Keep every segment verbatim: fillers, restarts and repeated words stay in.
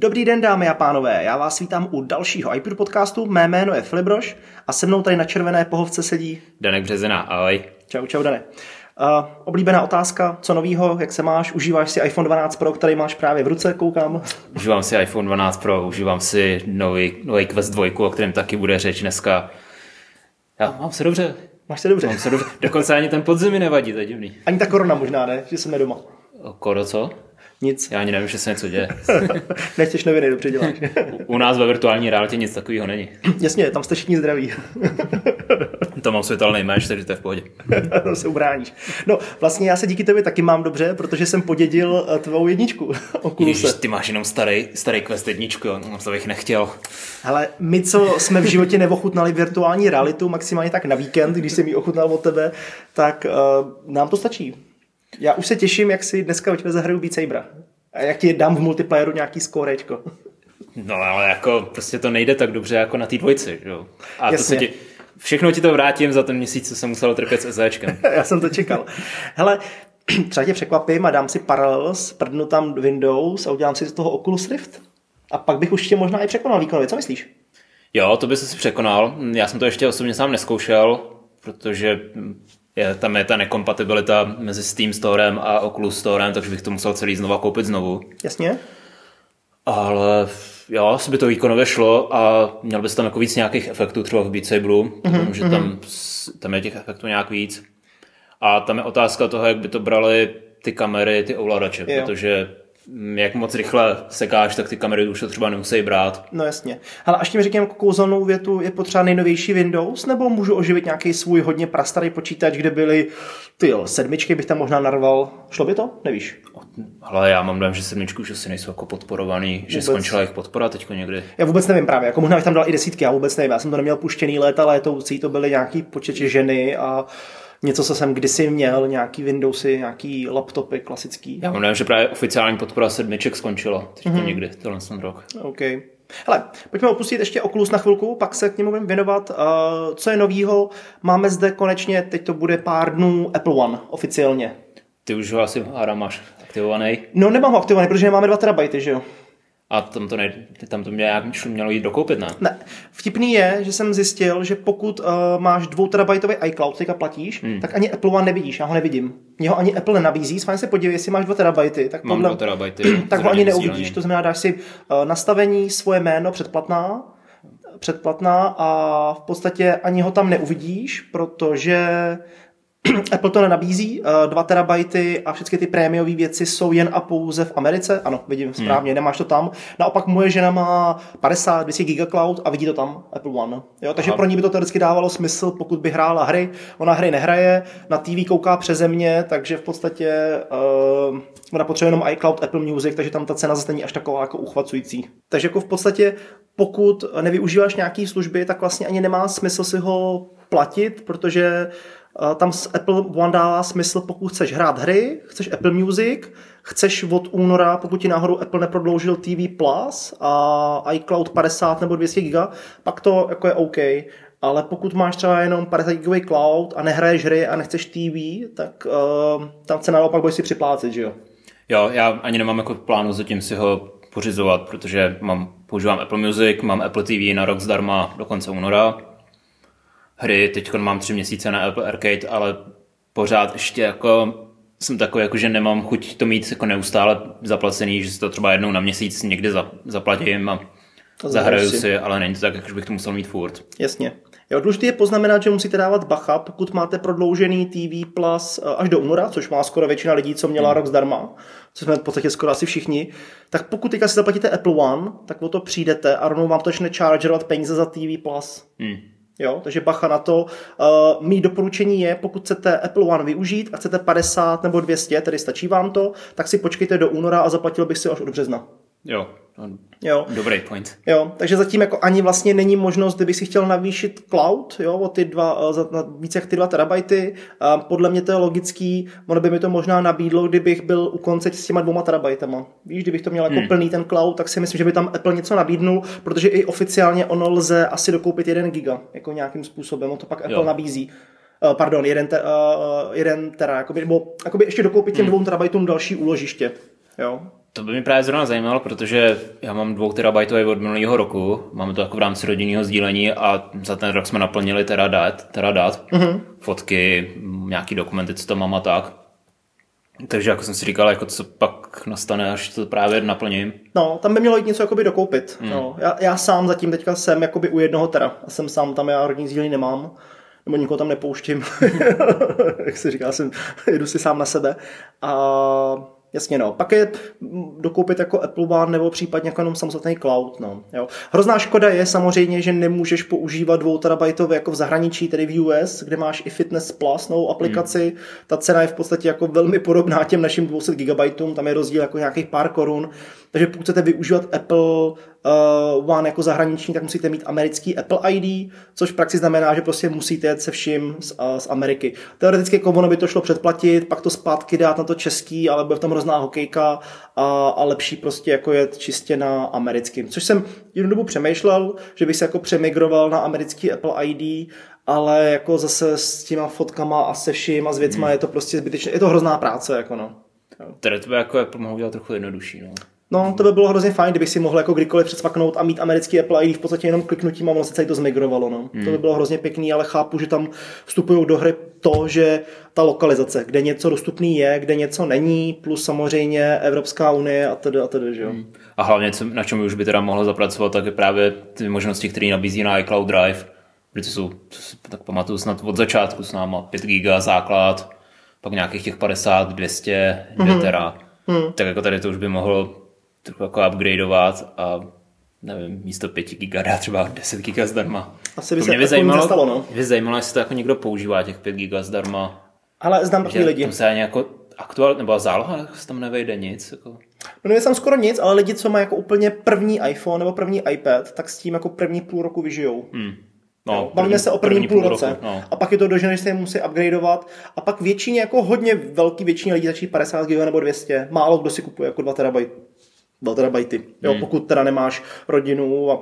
Dobrý den, dámy a pánové, já vás vítám u dalšího iPod podcastu, mé jméno je Filip Brož a se mnou tady na červené pohovce sedí Danek Březina, ahoj. Čau, čau Dane. Uh, oblíbená otázka, co novýho, jak se máš, užíváš si iPhone dvanáct Pro, který máš právě v ruce, koukám. Užívám si iPhone dvanáct Pro, užívám si nový, nový Quest dva, o kterém taky bude řeč dneska. Já mám se dobře. Máš se dobře. Mám se dobře. Dokonce ani ten podzim mi nevadí, to je divný. Ani ta korona možná, ne? Že jsme doma. Koro co? Nic. Já ani nevím, že se něco děje. Nechtěš noviny, dobře děláš. U nás ve virtuální realitě nic takového není. Jasně, tam jste všichni zdraví. To mám světelný meč, takže to je v pohodě. To se ubráníš. No, vlastně já se díky tobě taky mám dobře, protože jsem podědil tvou jedničku. Ježiš, ty máš jenom starý, starý Quest jedničku, jo, no, to bych nechtěl. Hele, my, co jsme v životě neochutnali virtuální realitu, maximálně tak na víkend, když jsem ji ochutnal od tebe, tak uh, nám to stačí. Já už se těším, jak si dneska večer zahraju Beat Sabera. A jak ti dám v multiplayeru nějaký skorečko. No ale jako prostě to nejde tak dobře jako na té dvojci, jo. A Jasně. to se ti, všechno ti to vrátím za ten měsíc, co jsem musel trpět s SZčkem. Já jsem to čekal. Hele, třeba tě překvapím a dám si Parallels, prdnu tam Windows a udělám si z toho Oculus Rift. A pak bych už tě možná i překonal výkonově. Co myslíš? Jo, to by se si překonal. Já jsem to ještě osobně sám neskoušel, protože je, tam je ta nekompatibilita mezi Steam Storem a Oculus Storem, takže bych to musel celý znova koupit znovu. Jasně. Ale jo, asi by to výkonově šlo a měl bys tam jako víc nějakých efektů třeba v Beat Saberu, mm-hmm, protože mm-hmm. tam, tam je těch efektů nějak víc. A tam je otázka toho, jak by to brali ty kamery, ty ovladače, jo. Protože jak moc rychle sekáš, tak ty kamery už to třeba nemusí brát. No jasně. Ale až tím řekněme jako kouzelnou větu, je potřeba nejnovější Windows, nebo můžu oživit nějaký svůj hodně prastarý počítač, kde byly ty jo, sedmičky, bych tam možná narval. Šlo by to? Nevíš? Ale já mám dojem, že sedmičky už asi nejsou jako podporovaný, vůbec. Že skončila jejich podpora teďko někdy. Já vůbec nevím právě, jako možná bych tam dal i desítky, já vůbec nevím. Já jsem to neměl puštěný léta létoucí, to byly nějaký počet ženy a něco, co jsem kdysi měl, nějaký Windowsy, nějaký laptopy klasický. Já mám nevím, že právě oficiální podpora sedmiček skončila. Teď mm-hmm. někdy, tohle ten rok. OK. Hele, pojďme opustit ještě Oculus na chvilku, pak se k němu budeme věnovat. Uh, co je novýho? Máme zde konečně, teď to bude pár dnů, Apple One oficiálně. Ty už ho asi Ára máš aktivovaný? No nemám ho aktivovaný, protože máme dva terabajty, že jo? A tam to, ne, tam to nějak mělo jít dokoupit, ne? Ne. Vtipný je, že jsem zjistil, že pokud uh, máš dvou terabajtový iCloud, teďka platíš, hmm. tak ani Apple One nevidíš, já ho nevidím. Mě ho ani Apple nenabízí, s vámi se podívej, jestli máš dva terabajty, tak, Mám podle, dva terabajty, tak ho ani neuvidíš. To znamená, dáš si uh, nastavení, svoje jméno předplatná, předplatná a v podstatě ani ho tam neuvidíš, protože Apple to nenabízí, dva terabajty a všechny ty prémiové věci jsou jen a pouze v Americe. Ano, vidím správně, hmm. nemáš to tam. Naopak moje žena má padesát dvě stě giga cloud a vidí to tam, Apple One. Jo, takže Aha. pro ní by to teoreticky dávalo smysl, pokud by hrála hry. Ona hry nehraje, na T V kouká přeze mě, takže v podstatě uh, ona potřebuje jenom iCloud, Apple Music, takže tam ta cena zase není až taková jako uchvacující. Takže jako v podstatě, pokud nevyužíváš nějaký služby, tak vlastně ani nemá smysl si ho platit, protože tam z Apple One dává smysl, pokud chceš hrát hry, chceš Apple Music, chceš od února, pokud ti náhodou Apple neprodloužil T V Plus a iCloud padesát nebo dvě stě giga, pak to jako je OK. Ale pokud máš třeba jenom padesát gigový cloud a nehraješ hry a nechceš T V, tak uh, tam cena naopak budeš si připlácet, že jo? Jo, já ani nemám jako plánu zatím si ho pořizovat, protože mám, používám Apple Music, mám Apple T V na rok zdarma do konce února. Hry, teď mám tři měsíce na Apple Arcade, ale pořád ještě jako jsem takový, jako, že nemám chuť to mít jako neustále zaplacený, že si to třeba jednou na měsíc někdy zaplatím a zahraju si. si, ale není to tak, jak bych to musel mít furt. Jasně. Jo, důležité je poznamenat, že musíte dávat bacha, pokud máte prodloužený T V Plus až do února, což má skoro většina lidí, co měla hmm. rok zdarma, co jsme v podstatě skoro asi všichni, tak pokud teďka si zaplatíte Apple One, tak o to přijdete a rovnou vám to začne chargerovat peníze za T V Plus. Hmm. Jo, takže bacha na to. Uh, mý doporučení je, pokud chcete Apple One využít a chcete padesát nebo dvě stě, tedy stačí vám to, tak si počkejte do února a zaplatil bych si až od března. Jo, jo. Dobrý point. Jo, takže zatím jako ani vlastně není možnost, kdybych si chtěl navýšit cloud, jo, o ty dva, za, na více jak ty dva terabajty. A podle mě to je logický, ono by mi to možná nabídlo, kdybych byl u konce s těma dvoma terabajtama. Víš, kdybych to měl jako hmm. plný ten cloud, tak si myslím, že by tam Apple něco nabídnul, protože i oficiálně ono lze asi dokoupit jeden giga, jako nějakým způsobem, on to pak Apple jo. nabízí. Uh, pardon, jeden, te, uh, jeden tera, jakoby, nebo jakoby ještě dokoupit těm hmm. dvou terabajtům další úložiště. Jo. To by mě právě zrovna zajímalo, protože já mám dvou terabajtový od minulého roku, máme to jako v rámci rodinného sdílení a za ten rok jsme naplnili teradat, teradat mm-hmm. fotky, nějaký dokumenty, co tam mám a tak. Takže jako jsem si říkal, jako co pak nastane, až to právě naplním. No, tam by mělo jít něco jakoby dokoupit. Mm. No, já, já sám zatím teďka jsem jakoby u jednoho tera. Já jsem sám tam, já rodinný sdílení nemám. Nebo nikoho tam nepouštím. Jak se říká, jsem, jedu si sám na sebe. A jasně no. Pak je dokoupit jako Apple One nebo případně jako jenom samostatný cloud. No. Jo. Hrozná škoda je samozřejmě, že nemůžeš používat dvou terabajtové jako v zahraničí, tedy v U S, kde máš i Fitness Plus, novou aplikaci. Hmm. Ta cena je v podstatě jako velmi podobná těm našim dvě stě gigabajtům, tam je rozdíl jako nějakých pár korun. Takže pokud chcete využívat Apple uh, One jako zahraniční, tak musíte mít americký Apple I D, což v praxi znamená, že prostě musíte jet se vším z, uh, z Ameriky. Teoreticky komu by to šlo předplatit, pak to zpátky dát na to český, ale bude tam hrozná hokejka a, a lepší prostě jako jet čistě na americkým. Což jsem jednu dobu přemýšlel, že bych se jako přemigroval na americký Apple I D, ale jako zase s těma fotkama a se vším a s věcma hmm. je to prostě zbytečné. Je to hrozná práce, jako no. Tedy to by jako Apple mohl dělat trochu jednodušší, no. No, to by bylo hrozně fajn, kdybych si mohl jako kdykoliv přesvaknout a mít americký Apple I D v podstatě jenom kliknutím a ono se celý to zmigrovalo. No. Hmm. To by bylo hrozně pěkný, ale chápu, že tam vstupují do hry to, že ta lokalizace, kde něco dostupný je, kde něco není, plus samozřejmě Evropská unie a tedy a tedy, že jo. Hmm. A hlavně, na čem už by teda mohlo zapracovat, tak je právě ty možnosti, které nabízí na iCloud Drive, protože jsou, co si tak pamatuju, snad od začátku s náma pět giga základ, pak nějakých těch padesát, dvě stě, mm-hmm. tera. Hmm. Tak jako tady to už by mohlo trochu jako upgradeovat a nevím, místo pět giga dá třeba deset giga zdarma. Asi by to se mě by zajímalo, zastalo, no. Mě by zajímalo, jestli to jako někdo používá těch pět giga zdarma. Ale znám takový lidi. Tam se ani jako aktuál, nebo záloha, se tam nevejde nic. Jako. No nevím tam skoro nic, ale lidi, co mají jako úplně první iPhone nebo první iPad, tak s tím jako první půl roku vyžijou. Hmm. No, jo, bavíme se o prvním první půl roce. Roku, no. A pak je to dožené, že se musí upgradeovat. A pak většině, jako hodně velký většině lidí začíná padesát giga nebo dvě stě. Málo kdo si kupuje jako dva terabajty. dva terabajty. Jo, hmm. pokud teda nemáš rodinu a,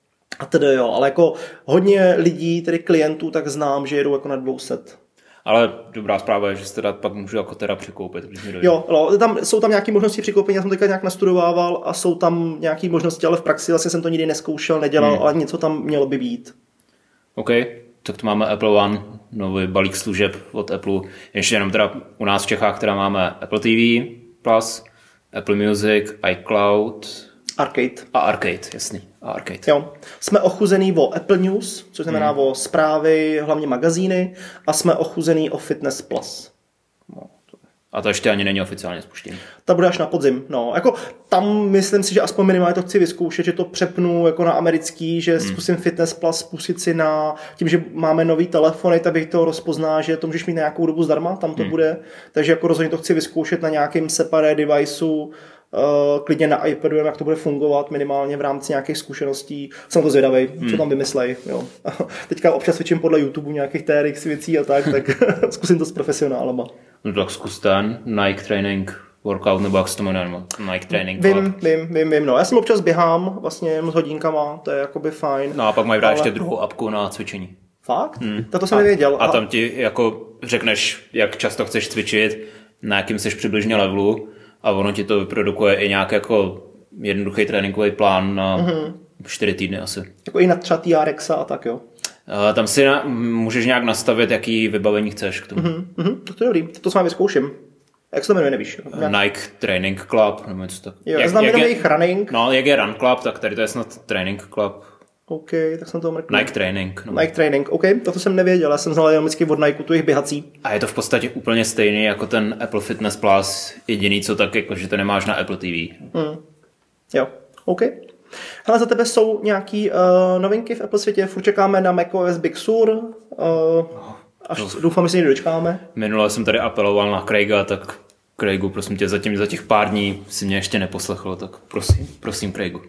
a tedy jo. Ale jako hodně lidí, tedy klientů, tak znám, že jedou jako na dvě stě. Ale dobrá zpráva je, že se teda pak můžu jako teda přikoupit. Jo, no, tam, jsou tam nějaké možnosti přikoupení, já jsem teďka nějak nastudovával a jsou tam nějaké možnosti, ale v praxi vlastně jsem to nikdy neskoušel, nedělal, hmm. ale něco tam mělo by být. OK, tak tu máme Apple One, nový balík služeb od Apple. Ještě jenom teda u nás v Čechách teda máme Apple T V Plus, Apple Music, iCloud. Arcade. A Arcade, jasný. A Arcade. Jo. Jsme ochuzený o Apple News, což znamená hmm. o zprávy, hlavně magazíny, a jsme ochuzený o Fitness Plus. No. A to ještě ani není oficiálně spuštěný. Ta bude až na podzim. No, jako tam myslím si, že aspoň minimálně to chci vyzkoušet, že to přepnu jako na americký, že hmm. zkusím Fitness Plus spustit si na, tím, že máme nový telefony, tak bych to rozpozná, že to můžeš mít na nějakou dobu zdarma, tam to hmm. bude. Takže jako rozhodně to chci vyzkoušet na nějakým separé deviceu, Uh, klidně na iPadu, jak to bude fungovat minimálně v rámci nějakých zkušeností. Jsem to zvědavej, hmm. co tam vymyslej. Jo. Teďka občas cvičím podle YouTube nějakých T R X věcí a tak, tak zkusím to s profesionálama. No tak zkus ten Nike Training Workout, nebo jak se to jmenuje, Nike Training Vím, Club. vím, vím, vím, no. Já jsem občas běhám vlastně jenom s hodinkama, to je jakoby fajn. No a pak mají ale... ještě druhou apku na cvičení. Fakt? Hmm. To jsem nevěděl. A tam ti jako řekneš, jak často chceš cvičit, na jakým jsi přibližně levelu, a ono ti to vyprodukuje i nějak jako jednoduchý tréninkový plán na mm-hmm. čtyři týdny asi. Jako i na třeba T R X a tak jo? Uh, tam si na, můžeš nějak nastavit, jaký vybavení chceš k tomu. Mm-hmm. To je dobrý, to s vámi vyzkouším. Jak se to jmenuje, nevíš? Uh, Nike Training Club, nebo něco tak. Jo, jak, znám jenom jejich running. No, jak je Run Club, tak tady to je snad Training Club. OK, tak jsem to mrknul. Nike Training. No. Nike Training, OK, to jsem nevěděl, já jsem znal jenom vždycky od Nike tu jejich běhací. A je to v podstatě úplně stejný jako ten Apple Fitness Plus, jediný co tak, jako, že to nemáš na Apple T V. Mm. Jo, OK. Hele, za tebe jsou nějaký uh, novinky v Apple světě, furt čekáme na macOS Big Sur, uh, až no. doufám, že se někdy dočkáme. Minule jsem tady apeloval na Craiga, tak Craigu, prosím tě, zatím za těch pár dní si mě ještě neposlechl, tak prosím, prosím Craigu.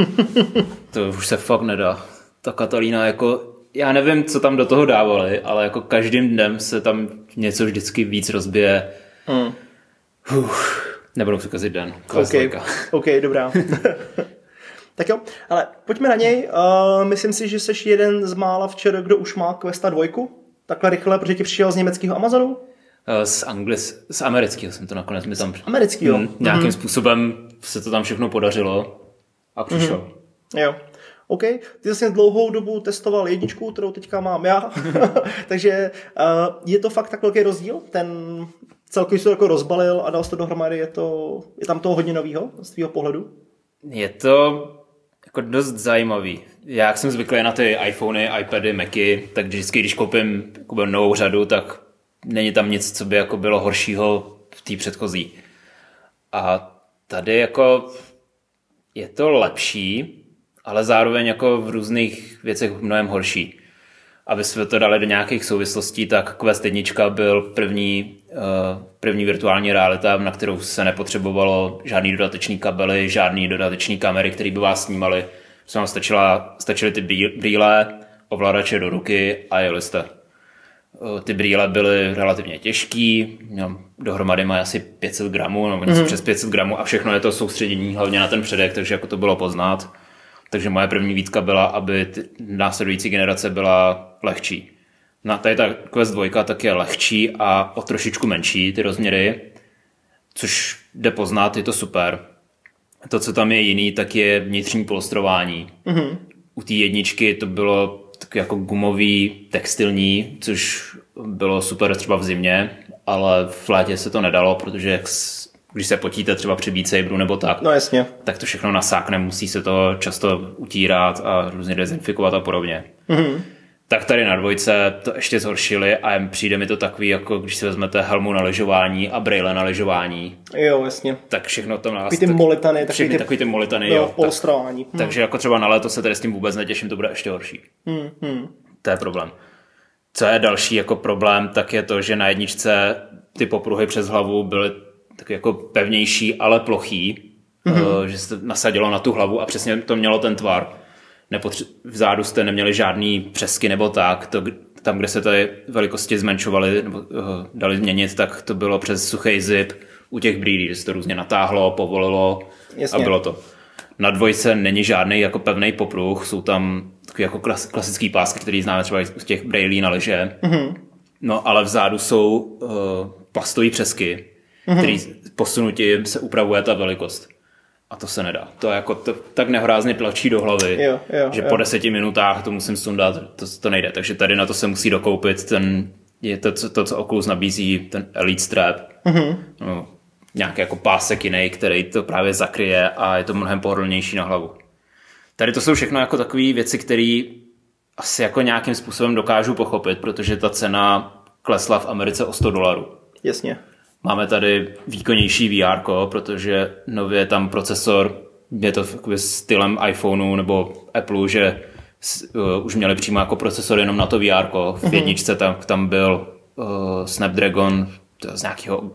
To už se fakt nedá. Ta Katalína jako, já nevím, co tam do toho dávali, ale jako každým dnem se tam něco vždycky víc rozbije. Hmm. Uf, nebudou si kazit den. OK, OK, dobrá. Tak jo, ale pojďme na něj. Uh, myslím si, že jsi jeden z mála včera, kdo už má Questa dva. Takhle rychle, protože ti přišel z německého Amazonu. Z anglis, z amerického jsem to nakonec mi tam... Amerického? Hmm, nějakým mm-hmm. způsobem se to tam všechno podařilo a přišel. Mm-hmm. Jo. OK, ty jsi dlouhou dobu testoval jedničku, kterou teďka mám já, takže uh, je to fakt tak velký rozdíl? Ten celkově jsi to jako rozbalil a dal jsi to dohromady, je, to, je tam toho hodně novýho z tvýho pohledu? Je to jako dost zajímavý. Já jak jsem zvyklý na ty iPhony, iPady, Macy, tak vždycky, když koupím jako novou řadu, tak není tam nic, co by jako bylo horšího v té předchozí. A tady jako je to lepší, ale zároveň jako v různých věcech mnohem horší. Aby jsme to dali do nějakých souvislostí, tak Quest jedna byl první, uh, první virtuální realita, na kterou se nepotřebovalo žádný dodatečný kabely, žádný dodatečný kamery, které by vás snímaly. Prostě vám stačila, stačily ty brýle, ovladače do ruky a jeli jste. Uh, ty brýle byly relativně těžký, no, dohromady mají asi pět set gramů, nebo něco mm-hmm. přes pět set gramů a všechno je to soustředění hlavně na ten předek, takže jako to bylo poznat. Takže moje první výtka byla, aby ty následující generace byla lehčí. No, tady ta Quest dva tak je lehčí a o trošičku menší ty rozměry, což jde poznat, je to super. To, co tam je jiný, tak je vnitřní polstrování. Mm-hmm. U té jedničky to bylo taky jako gumový, textilní, což bylo super třeba v zimě, ale v létě se to nedalo, protože jak když se potíte třeba při Beat Saberu nebo tak, no jasně. tak to všechno nasákne, musí se to často utírat a různě dezinfikovat a podobně. Mm-hmm. Tak tady na dvojce to ještě zhoršili a přijde mi to takový, jako když si vezmete helmu na lyžování a brejle na lyžování. Jo, jasně. Tak všechno tam nás... Takový ty molitany. Všechny ty, takový ty molitany, jo. jo. Polstrování. Tak, hmm. Takže jako třeba na léto se tady s tím vůbec netěším, to bude ještě horší. Hmm, hmm. To je problém. Co je další jako problém, tak je to, že na jedničce ty popruhy přes hlavu byly tak jako pevnější, ale plochý, mm-hmm. že se to nasadilo na tu hlavu a přesně to mělo ten tvar. Nepotře- vzadu jste neměli žádný přesky nebo tak, to, tam, kde se ty velikosti zmenšovaly nebo uh, dali změnit, tak to bylo přes suchý zip u těch brýlí, že se to různě natáhlo, povolilo. Jasně. A bylo to. Na dvojce není žádný jako pevný popruh, jsou tam takový jako klas- klasický pásky, který známe třeba z těch brejlí na lyže. Mm-hmm. No ale vzadu jsou uh, plastové přesky, mm-hmm. který posunutím se upravuje ta velikost. A to se nedá. To je jako to, tak nehorázně tlačí do hlavy, jo, jo, že jo. po deseti minutách to musím sundat, to, to nejde. Takže tady na to se musí dokoupit ten, je to, co, to, co Oculus nabízí, ten Elite Strap. Mm-hmm. No, nějaký jako pásek jiný, který to právě zakryje a je to mnohem pohodlnější na hlavu. Tady to jsou všechno jako takové věci, které asi jako nějakým způsobem dokážu pochopit, protože ta cena klesla v Americe o sto dolarů. Jasně. Máme tady výkonnější V R, protože nově je tam procesor, je to stylem iPhoneu nebo Apple, že uh, už měli přímo jako procesor jenom na to V R. V jedničce tam, tam byl uh, Snapdragon z nějakého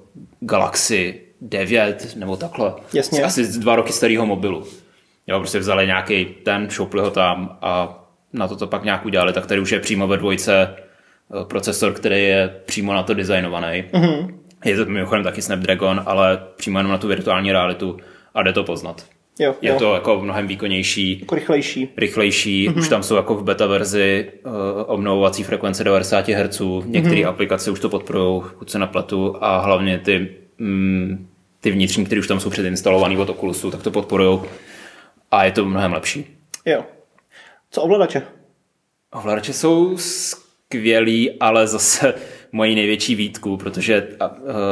Galaxy devět nebo takhle. Jasně. Asi z dva roky starého mobilu. Jo, prostě vzali nějaký ten, šoupli ho tam a na to to pak nějak udělali, tak tady už je přímo ve dvojce uh, procesor, který je přímo na to designovaný. Mm-hmm. Je to mimochodem taky Snapdragon, ale přímo jenom na tu virtuální realitu a jde to poznat. Jo, je jo. to jako mnohem výkonnější. Jako rychlejší. Rychlejší. Mm-hmm. Už tam jsou jako v beta verzi uh, obnovovací frekvence devadesát hertzů. Některé mm-hmm. aplikace už to podporují, chuť se na platu a hlavně ty, mm, ty vnitřní, které už tam jsou předinstalované od Oculusu, tak to podporují a je to mnohem lepší. Jo. Co ovladače? Ovladače jsou skvělý, ale zase mojí největší výtku, protože uh,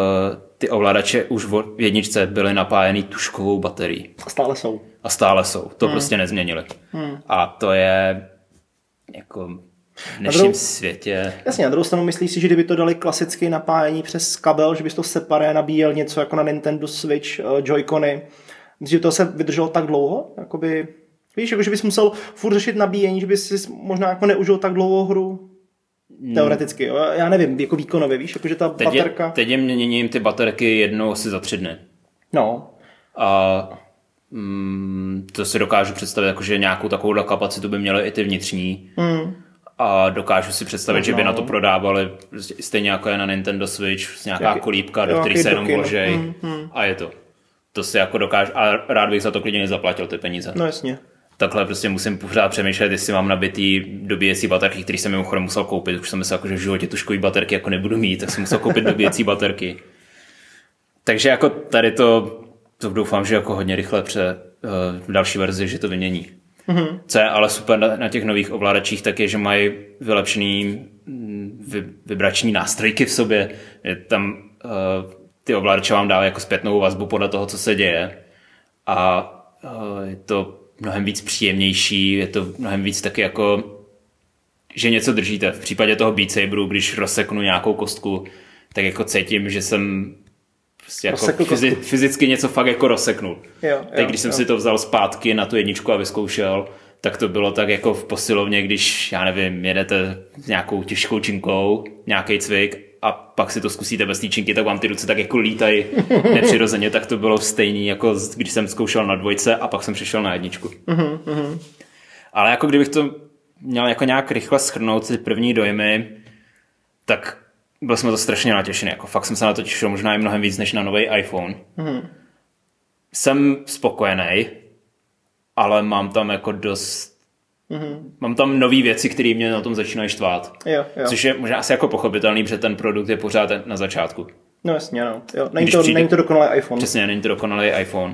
ty ovladače už v jedničce byly napájený tužkovou baterií. A stále jsou. A stále jsou. To hmm. prostě nezměnili. Hmm. A to je jako v dnešním druhou, světě... Jasně, na druhou stranu myslíš si, že kdyby to dali klasické napájení přes kabel, že bys to separé nabíjel něco jako na Nintendo Switch, uh, Joy-Cony, myslíš, že to se vydrželo tak dlouho? Jakoby, víš, jako že bys musel furt řešit nabíjení, že bys si možná jako neužil tak dlouhou hru? Teoreticky, jo. Já nevím, jako výkonově, víš, jakože ta teď baterka... Je, teď je měním ty baterky jednou asi za tři dny. No. A mm, to si dokážu představit, jakože nějakou takovou kapacitu by měly i ty vnitřní. Mm. A dokážu si představit, no, že by na to prodávali stejně jako je na Nintendo Switch, nějaká Jaký, kolíbka, do které se jenom vložej mm, mm. a je to. To si jako dokážu, a rád bych za to klidně nezaplatil ty peníze. No jasně. takhle prostě musím pořád přemýšlet, jestli mám nabitý dobíjecí baterky, který jsem mimochodem musel koupit. Už jsem myslel, jako, že v životě tuškový baterky jako nebudu mít, tak jsem musel koupit dobíjecí baterky. Takže jako tady to, to doufám, že jako hodně rychle pře uh, v další verzi, že to vymění. Mm-hmm. Co je ale super na, na těch nových ovladačích, tak je, že mají vylepšený vy, vibrační nástrojky v sobě. Je tam uh, ty ovladače vám dávají jako zpětnou vazbu podle toho, co se děje. A uh, je to mnohem víc příjemnější, je to mnohem víc taky jako, že něco držíte. V případě toho Beat Saberu, když rozseknu nějakou kostku, tak jako cítím, že jsem prostě jako fyzi- fyzicky něco fakt jako rozseknul. Jo, jo, tak když jsem jo. si to vzal zpátky na tu jedničku a vyzkoušel, tak to bylo tak jako v posilovně, když, já nevím, jedete s nějakou těžkou činkou, nějaký cvik a pak si to zkusíte bez té činky, tak vám ty ruce tak jako lítají nepřirozeně, tak to bylo stejný, jako když jsem zkoušel na dvojce a pak jsem přešel na jedničku. Mm-hmm, mm-hmm. Ale jako kdybych to měl jako nějak rychle shrnout ty první dojmy, tak byl jsem to strašně natěšený. Jako fakt jsem se na to těšil možná i mnohem víc než na nový iPhone. Mm-hmm. Jsem spokojený, ale mám tam jako dost... Mm-hmm. Mám tam nový věci, které mě na tom začínají štvát. Jo, jo. Což je možná asi jako pochopitelný, protože ten produkt je pořád na začátku. No jasně, no. Jo. Není, to, přijde... není to dokonalý iPhone. Přesně, není to dokonalý iPhone.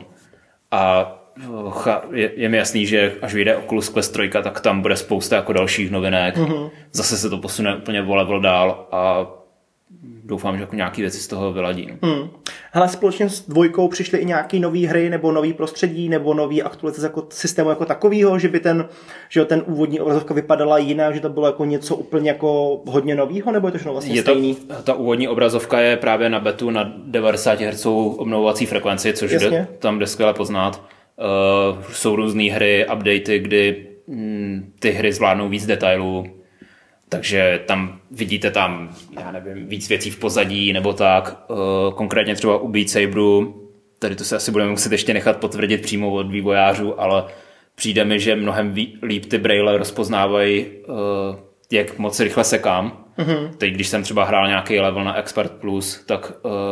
A je, je mi jasný, že až vyjde Oculus Quest tři, tak tam bude spousta jako dalších novinek. Mm-hmm. Zase se to posune úplně o level dál a doufám, že jako nějaký věci z toho vyladí. Hmm. Hele, společně s dvojkou přišly i nějaké nové hry, nebo nový prostředí, nebo nový aktualizace jako systému jako takového, že by ten, že ten úvodní obrazovka vypadala jinak, že to bylo jako něco úplně jako hodně nového, nebo je to vlastně je stejný? To, ta úvodní obrazovka je právě na betu na devadesát hertzů obnovovací frekvenci, což jde, tam jde skvěle poznat. Uh, jsou různé hry, updaty, kdy mm, ty hry zvládnou víc detailů. Takže tam vidíte tam, já nevím, víc věcí v pozadí nebo tak. Konkrétně třeba u Beat Saberu, tady to se asi budeme muset ještě nechat potvrdit přímo od vývojářů, ale přijde mi, že mnohem líp ty braille rozpoznávají, jak moc rychle sekám. Mm-hmm. Teď, když jsem třeba hrál nějaký level na Expert Plus, tak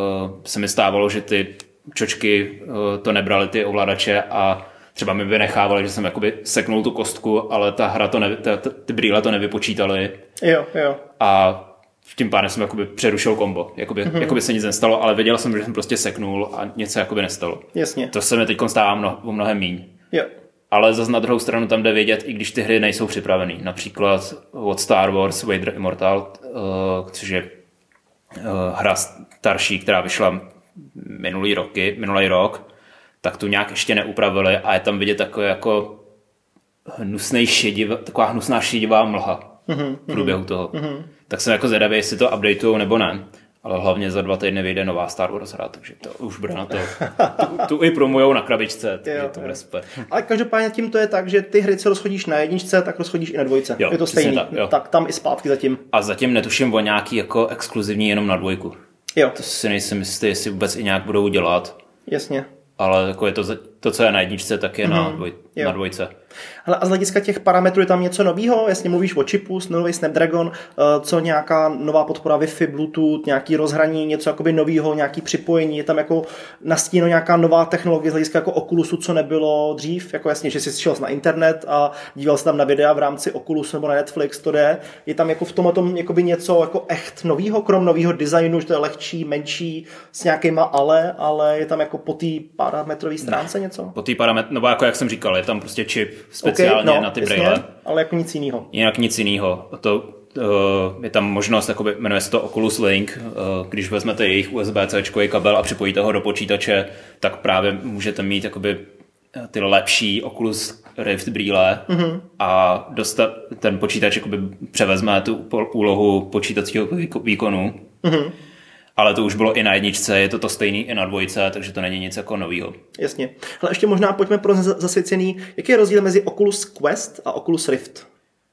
se mi stávalo, že ty čočky to nebraly ty ovladače a třeba mi vynechávali, že jsem jakoby seknul tu kostku, ale ta hra to ne, ta, ta, ty brýle to nevypočítaly. Jo, jo. A tím pádem jsem jakoby přerušil kombo. Jakoby, mm-hmm. jakoby se nic nestalo, ale věděl jsem, že jsem prostě seknul a něco jakoby nestalo. Jasně. To se mi teď stává mno, o mnohem míň. Jo. Ale zase na druhou stranu tam jde vědět, i když ty hry nejsou připravený. Například od Star Wars Vader Immortal, uh, což je uh, hra starší, která vyšla minulý roky, minulý rok, tak tu nějak ještě neupravili a je tam vidět takové jako hnusnej šediv, taková hnusná šedivá mlha mm-hmm, v průběhu toho. Mm-hmm. Tak jsem jako zvědavý, jestli to updateujou nebo ne. Ale hlavně za dva týdny vyjde nová Star Wars hra, takže to už bude na to. Tu, tu i promujou na krabičce, takže jo, to bude super. Ale každopádně tím to je tak, že ty hry, co rozchodíš na jedničce, tak rozchodíš i na dvojce. Jo, je to stejný. Tak, tak tam i zpátky zatím. A zatím netuším o nějaký jako exkluzivní jenom na dvojku. Jo. To si nejsem jistý, jestli vůbec i nějak budou dělat. Jasně. Ale jako je to, to, co je na jedničce, tak je mm-hmm. na, dvoj, na dvojce. Hele, a z hlediska těch parametrů je tam něco nového? Jasně mluvíš o čipu, nový Snapdragon, co nějaká nová podpora Wi-Fi, Bluetooth, nějaký rozhraní, něco jakoby nového, nějaký připojení, je tam jako nastíno nějaká nová technologie z hlediska jako Oculusu, co nebylo dřív, jako jasně, že jsi šel na internet a díval se tam na videa v rámci Oculusu nebo na Netflix, to jde. Je tam jako v tomhle tom jakoby něco jako echt nového, krom nového designu, že to je lehčí, menší, s nějakýma ale, ale je tam jako po té parametrové stránce ne. něco? Po té parametr, nebo jako jak jsem říkal, je tam prostě čip speciálně okay, no, na ty braille. Ale jako nic jiného. Jinak nic jiného. To, uh, je tam možnost, jakoby, jmenuje se to Oculus Link, uh, když vezmete jejich U S B C kabel a připojíte ho do počítače, tak právě můžete mít jakoby, ty lepší Oculus Rift brýle mm-hmm. a dostat, ten počítač jakoby, převezme tu úlohu počítacího výkonu. Mm-hmm. Ale to už bylo i na jedničce, je to to stejný i na dvojce, takže to není nic jako novýho. Jasně. Ale ještě možná pojďme pro zasvěcený, jaký je rozdíl mezi Oculus Quest a Oculus Rift?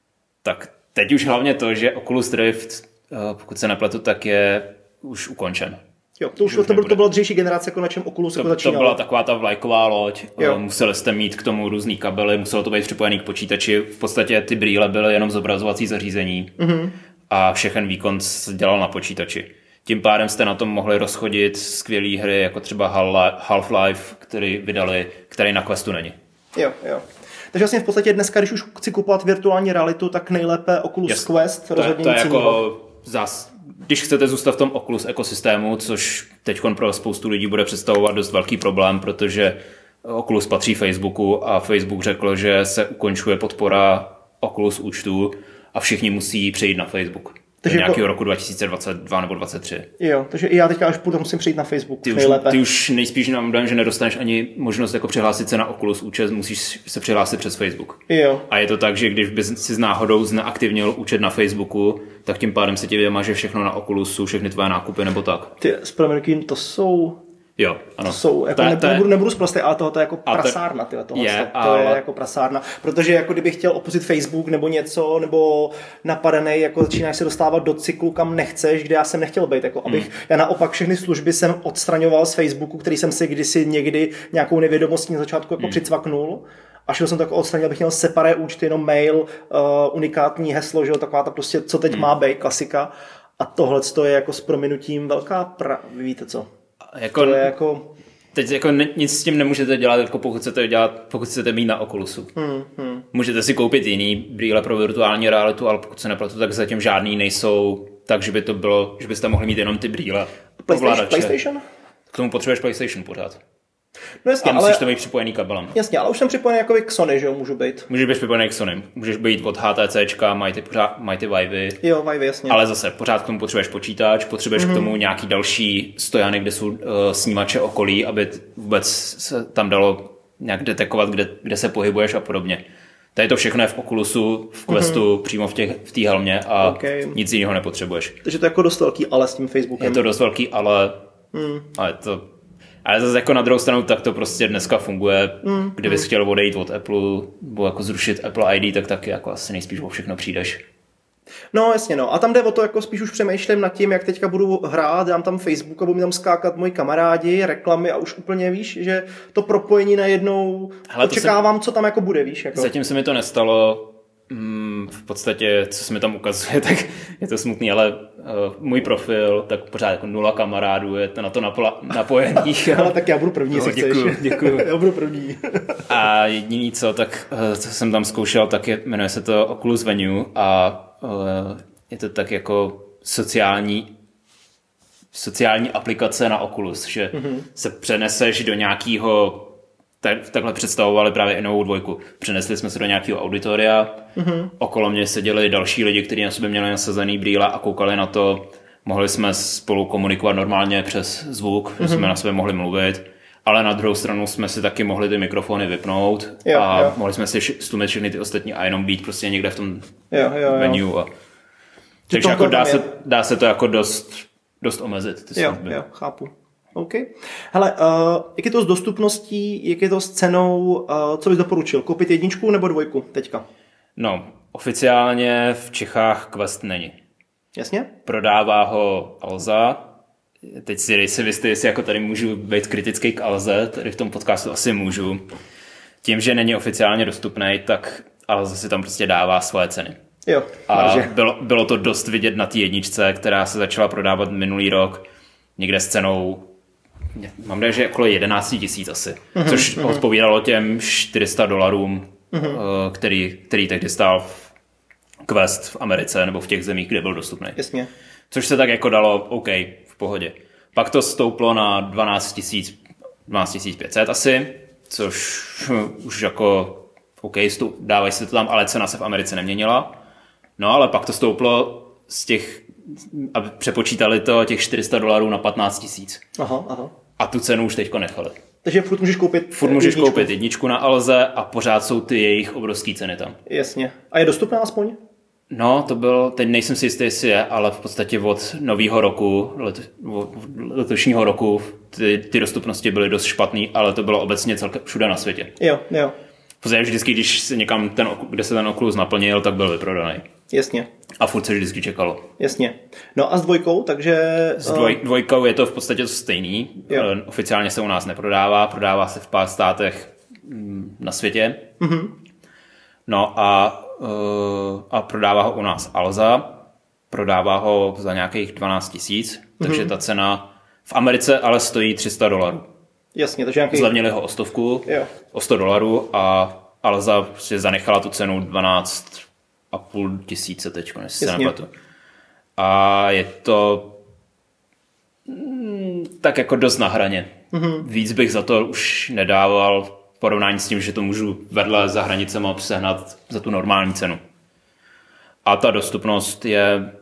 Tak teď už hlavně to, že Oculus Rift, pokud se nepletu, tak je už ukončen. Jo, to už, už to, byl, to byla dřívější generace, jako na čem Oculus to, jako začínal. To byla taková ta vlajková loď, jo. Museli jste mít k tomu různý kabely, muselo to být připojený k počítači, v podstatě ty brýle byly jenom zobrazovací zařízení mm-hmm. a všechen výkon se dělal na počítači. Tím pádem jste na tom mohli rozchodit skvělé hry, jako třeba Half-Life, který vydali, který na Questu není. Jo, jo. Takže vlastně v podstatě dneska, když už chci kupovat virtuální realitu, tak nejlépe Oculus Yes. Quest, to, rozhodně to je nic jako jiného. zas, když chcete zůstat v tom Oculus ekosystému, což teď pro spoustu lidí bude představovat dost velký problém, protože Oculus patří Facebooku a Facebook řekl, že se ukončuje podpora Oculus účtů a všichni musí přejít na Facebook. Takže do nějakého jako... roku dva tisíce dvacet dva nebo dvacet tři. Jo, takže i já teďka až půjdu, musím přijít na Facebook. Ty už, ty už nejspíš nám dám, že nedostaneš ani možnost jako přihlásit se na Oculus účet, musíš se přihlásit přes Facebook. Jo. A je to tak, že když bys si s náhodou zneaktivnil účet na Facebooku, tak tím pádem se ti vymaže všechno na Oculusu, všechny tvoje nákupy nebo tak. Ty s proměnutím to jsou... Jo, ano. To jsou, jako to, nebudu, to je, nebudu, nebudu zprostý, ale tohle to je jako to, prasárna. Tyhle, tohle, je, to, to ale... je jako prasárna. Protože jako kdybych chtěl opustit Facebook nebo něco, nebo napadený, jako začínáš se dostávat do cyklu, kam nechceš, kde já jsem nechtěl být. Jako abych, hmm. Já naopak všechny služby jsem odstraňoval z Facebooku, který jsem si kdysi někdy nějakou nevědomostí na začátku jako hmm. přicvaknul. A šel jsem to jako odstranil, abych měl separé účty, jenom mail, uh, unikátní heslo, že jo, taková ta prostě, co teď hmm. má být, klasika. A tohle je jako s prominutím velká pra... Vy víte co? Jako... To je jako... Teď jako ne, nic s tím nemůžete dělat, jako pokud chcete dělat, pokud chcete mít na Oculusu. Hmm, hmm. Můžete si koupit jiný brýle pro virtuální realitu, ale pokud se nepletu, tak zatím žádný nejsou, takže by to bylo, že byste mohli mít jenom ty brýle. PlayStation? PlayStation? K tomu potřebuješ PlayStation pořád. No jasně, a musíš ale... to mít připojený kabelem. Jasně, ale už jsem připojený jako k Sony, že jo, můžu být. Můžeš být připojený k Sony, můžeš být od HTCčka, mají ty, pořád, mají ty Vivey. Jo, Vivey, jasně. Ale zase pořád k tomu potřebuješ počítač, potřebuješ mm-hmm. k tomu nějaký další stojany, kde jsou uh, snímače okolí, aby vůbec se tam dalo nějak detekovat, kde, kde se pohybuješ a podobně. Tady to všechno je v Oculusu, v Questu, mm-hmm. přímo v té v helmě a okay. nic jiného nepotřebuješ. Takže to je jako dost velký ale s tím Facebookem. Je to dost velký ale, mm. ale to... Ale zase jako na druhou stranu tak to prostě dneska funguje. Mm, Kdybys mm. chtěl odejít od Apple nebo jako zrušit Apple I D, tak taky jako asi nejspíš o všechno přijdeš. No jasně no. A tam jde o to, jako spíš už přemýšlím nad tím, jak teďka budu hrát, dám tam Facebook a budu mi tam skákat moji kamarádi, reklamy a už úplně víš, že to propojení najednou Hele, očekávám, se... co tam jako bude, víš. Jako. Zatím se mi to nestalo. V podstatě, co se mi tam ukazuje, tak je to smutný, ale uh, můj profil, tak pořád jako nula kamarádů, je to na to napo- napojených. Ale tak já budu první, no, si děkuju, chceš. Děkuju. Já budu první. A jediný co, tak uh, co jsem tam zkoušel, tak je, jmenuje se to Oculus Venue a uh, je to tak jako sociální sociální aplikace na Oculus, že mm-hmm. se přeneseš do nějakého tak, takhle představovali právě i novou dvojku. Přenesli jsme se do nějakého auditoria, mm-hmm. okolo mě seděli další lidi, kteří na sobě měli nasazený brýle a koukali na to. Mohli jsme spolu komunikovat normálně přes zvuk, mm-hmm. jsme na sebe mohli mluvit, ale na druhou stranu jsme si taky mohli ty mikrofony vypnout jo, a jo. mohli jsme si stlumit všechny ty ostatní a jenom být prostě někde v tom jo, jo, venue. A... Takže jako dá, se, dá se to jako dost, dost omezit. Ty jo, jo, chápu. OK. Hele, uh, jak je to s dostupností, jak je to s cenou, uh, co bys doporučil? Koupit jedničku nebo dvojku teďka? No, oficiálně v Čechách Quest není. Jasně? Prodává ho Alza. Teď si nejsem jistý, jestli jako tady můžu být kritický k Alze, tady v tom podcastu asi můžu. Tím, že není oficiálně dostupný, tak Alza si tam prostě dává svoje ceny. Jo, a bylo, bylo to dost vidět na té jedničce, která se začala prodávat minulý rok, někde s cenou mám dej, že okolo jedenáct tisíc asi, mm-hmm, což mm-hmm. odpovídalo těm čtyři sta dolarům, mm-hmm. který, který tehdy stál Quest v Americe nebo v těch zemích, kde byl dostupný. Jasně. Což se tak jako dalo, OK, v pohodě. Pak to stouplo na dvanáct tisíc pět set asi, což už jako OK, dávají se to tam, ale cena se v Americe neměnila. No ale pak to stouplo z těch, aby přepočítali to těch čtyři sta dolarů na patnáct tisíc. Aha, aha. A tu cenu už teďko nechali. Takže furt můžeš koupit Furt můžeš jedničku. koupit jedničku na Alze a pořád jsou ty jejich obrovský ceny tam. Jasně. A je dostupná aspoň? No, to byl, teď nejsem si jistý, jestli je, ale v podstatě od nového roku, let, od letošního roku, ty, ty dostupnosti byly dost špatný, ale to bylo obecně celkem všude na světě. Jo, jo. Protože vždycky, když se někam ten, kde se ten Oculus naplnil, tak byl vyprodaný. Jasně. A furt se vždycky čekalo. Jasně. No a s dvojkou, takže... S dvoj, dvojkou je to v podstatě to stejný. Jo. Oficiálně se u nás neprodává, prodává se v pár státech na světě. Mm-hmm. No a, a prodává ho u nás Alza. Prodává ho za nějakých dvanáct tisíc, mm-hmm. takže ta cena v Americe ale stojí tři sta dolarů. Jasně, takže nějaký... Zlevnili ho o stovku, jo. o sto dolarů a Alza prostě zanechala tu cenu dvanáct a půl tisíce teď, jestli se nepletu. A je to mm, tak jako dost na hraně. Mm-hmm. Víc bych za to už nedával v porovnání s tím, že to můžu vedle za hranicema sehnat za tu normální cenu. A ta dostupnost je,